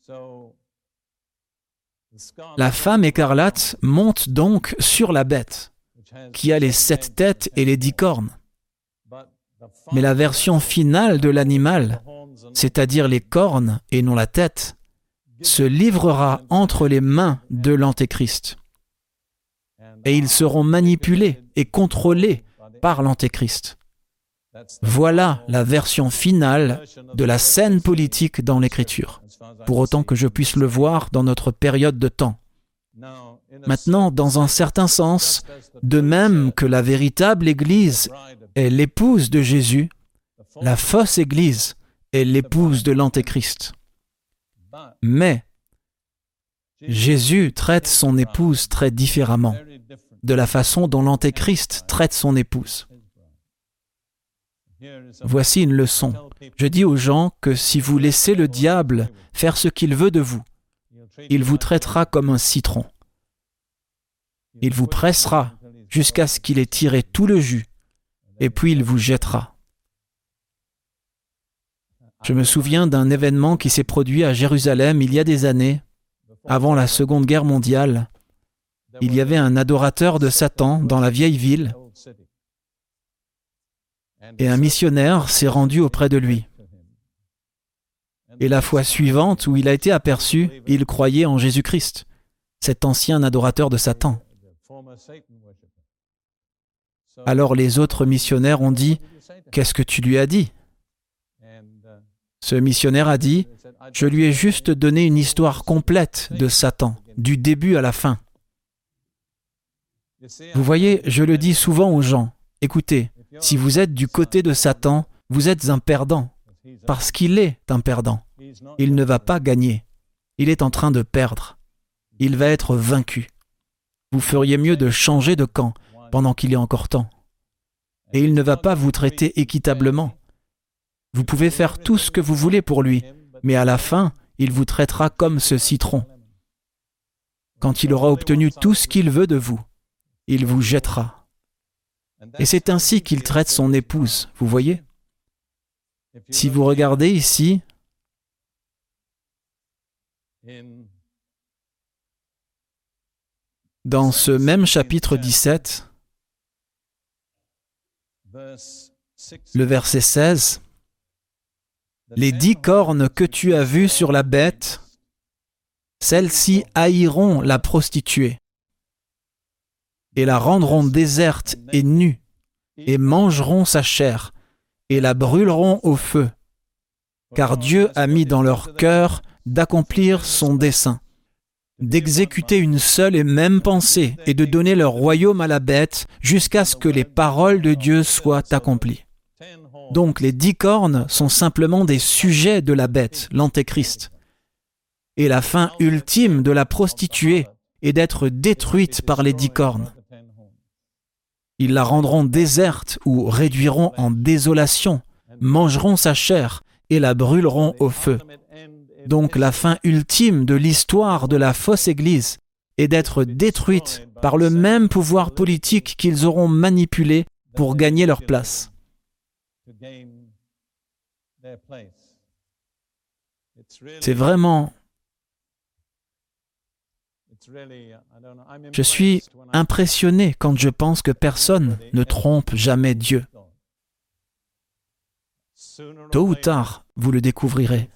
La femme écarlate monte donc sur la bête, qui a les sept têtes et les dix cornes. Mais la version finale de l'animal, c'est-à-dire les cornes et non la tête, se livrera entre les mains de l'Antéchrist. Et ils seront manipulés et contrôlés par l'Antéchrist. Voilà la version finale de la scène politique dans l'Écriture, pour autant que je puisse le voir dans notre période de temps. Maintenant, dans un certain sens, de même que la véritable Église est l'épouse de Jésus, la fausse Église est l'épouse de l'Antéchrist. Mais Jésus traite son épouse très différemment de la façon dont l'Antéchrist traite son épouse. Voici une leçon. Je dis aux gens que si vous laissez le diable faire ce qu'il veut de vous, il vous traitera comme un citron. Il vous pressera jusqu'à ce qu'il ait tiré tout le jus, et puis il vous jettera. Je me souviens d'un événement qui s'est produit à Jérusalem il y a des années, avant la Seconde Guerre mondiale. Il y avait un adorateur de Satan dans la vieille ville, et un missionnaire s'est rendu auprès de lui. Et la fois suivante où il a été aperçu, il croyait en Jésus-Christ, cet ancien adorateur de Satan. Alors les autres missionnaires ont dit, « Qu'est-ce que tu lui as dit ?» Ce missionnaire a dit, « Je lui ai juste donné une histoire complète de Satan, du début à la fin. » Vous voyez, je le dis souvent aux gens, « Écoutez, si vous êtes du côté de Satan, vous êtes un perdant, parce qu'il est un perdant. Il ne va pas gagner. Il est en train de perdre. Il va être vaincu. Vous feriez mieux de changer de camp pendant qu'il est encore temps. Et il ne va pas vous traiter équitablement. Vous pouvez faire tout ce que vous voulez pour lui, mais à la fin, il vous traitera comme ce citron. Quand il aura obtenu tout ce qu'il veut de vous, il vous jettera. Et c'est ainsi qu'il traite son épouse, vous voyez ? Si vous regardez ici, dans ce même chapitre dix-sept, le verset seize, « Les dix cornes que tu as vues sur la bête, celles-ci haïront la prostituée et la rendront déserte et nue, et mangeront sa chair, et la brûleront au feu, car Dieu a mis dans leur cœur d'accomplir son dessein, d'exécuter une seule et même pensée, et de donner leur royaume à la bête, jusqu'à ce que les paroles de Dieu soient accomplies. » Donc les dix cornes sont simplement des sujets de la bête, l'Antéchrist. Et la fin ultime de la prostituée est d'être détruite par les dix cornes. Ils la rendront déserte ou réduiront en désolation, mangeront sa chair et la brûleront au feu. Donc la fin ultime de l'histoire de la fausse Église est d'être détruite par le même pouvoir politique qu'ils auront manipulé pour gagner leur place. C'est vraiment... Je suis impressionné quand je pense que personne ne trompe jamais Dieu. Tôt ou tard, vous le découvrirez.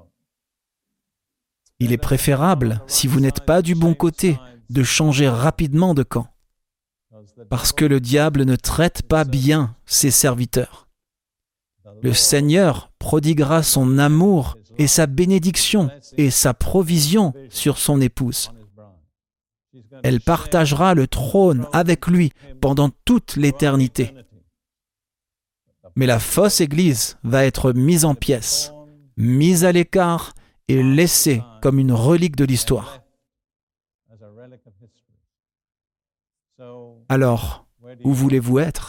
Il est préférable, si vous n'êtes pas du bon côté, de changer rapidement de camp, parce que le diable ne traite pas bien ses serviteurs. Le Seigneur prodiguera son amour et sa bénédiction et sa provision sur son épouse. Elle partagera le trône avec lui pendant toute l'éternité. Mais la fausse Église va être mise en pièces, mise à l'écart et laissée comme une relique de l'histoire. Alors, où voulez-vous être ?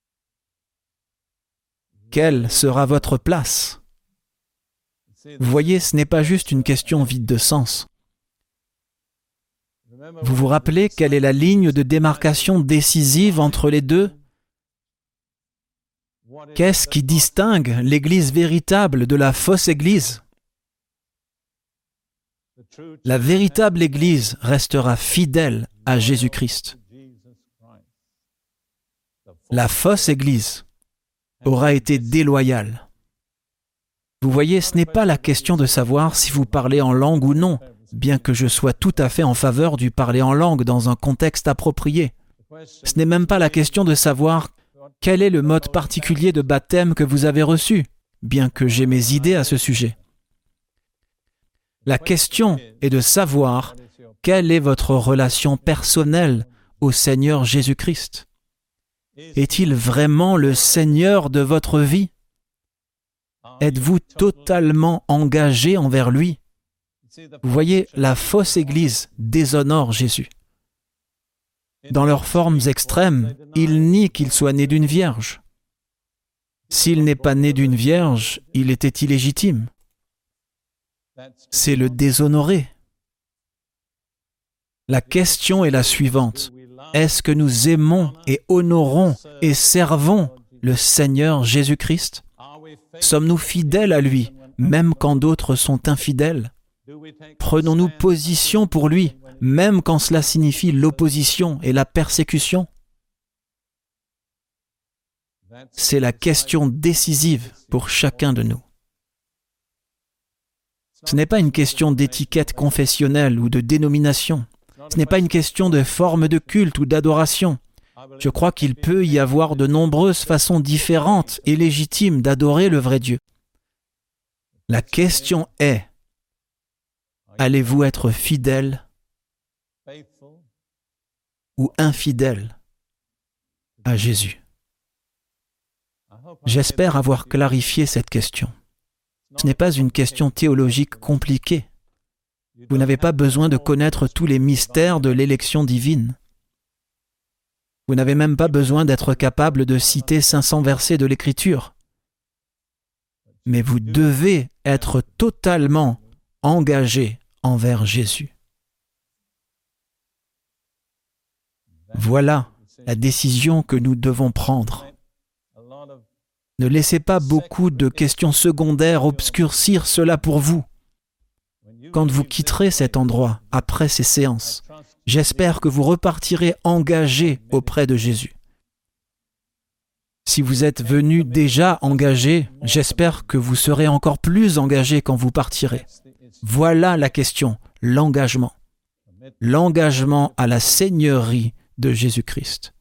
Quelle sera votre place ? Vous voyez, ce n'est pas juste une question vide de sens. Vous vous rappelez quelle est la ligne de démarcation décisive entre les deux ? Qu'est-ce qui distingue l'Église véritable de la fausse Église ? La véritable Église restera fidèle à Jésus-Christ. La fausse Église aura été déloyale. Vous voyez, ce n'est pas la question de savoir si vous parlez en langue ou non, bien que je sois tout à fait en faveur du parler en langue dans un contexte approprié. Ce n'est même pas la question de savoir quel est le mode particulier de baptême que vous avez reçu, bien que j'ai mes idées à ce sujet. La question est de savoir quelle est votre relation personnelle au Seigneur Jésus-Christ. Est-il vraiment le Seigneur de votre vie? Êtes-vous totalement engagé envers lui? Vous voyez, la fausse Église déshonore Jésus. Dans leurs formes extrêmes, ils nient qu'il soit né d'une vierge. S'il n'est pas né d'une vierge, il était illégitime. C'est le déshonorer. La question est la suivante. Est-ce que nous aimons et honorons et servons le Seigneur Jésus-Christ? Sommes-nous fidèles à lui, même quand d'autres sont infidèles? Prenons-nous position pour lui, même quand cela signifie l'opposition et la persécution? C'est la question décisive pour chacun de nous. Ce n'est pas une question d'étiquette confessionnelle ou de dénomination. Ce n'est pas une question de forme de culte ou d'adoration. Je crois qu'il peut y avoir de nombreuses façons différentes et légitimes d'adorer le vrai Dieu. La question est, allez-vous être fidèle ou infidèle à Jésus? J'espère avoir clarifié cette question. Ce n'est pas une question théologique compliquée. Vous n'avez pas besoin de connaître tous les mystères de l'élection divine. Vous n'avez même pas besoin d'être capable de citer cinq cents versets de l'Écriture. Mais vous devez être totalement engagé envers Jésus. Voilà la décision que nous devons prendre. Ne laissez pas beaucoup de questions secondaires obscurcir cela pour vous. Quand vous quitterez cet endroit, après ces séances, j'espère que vous repartirez engagé auprès de Jésus. Si vous êtes venu déjà engagé, j'espère que vous serez encore plus engagé quand vous partirez. Voilà la question, l'engagement. L'engagement à la seigneurie de Jésus-Christ.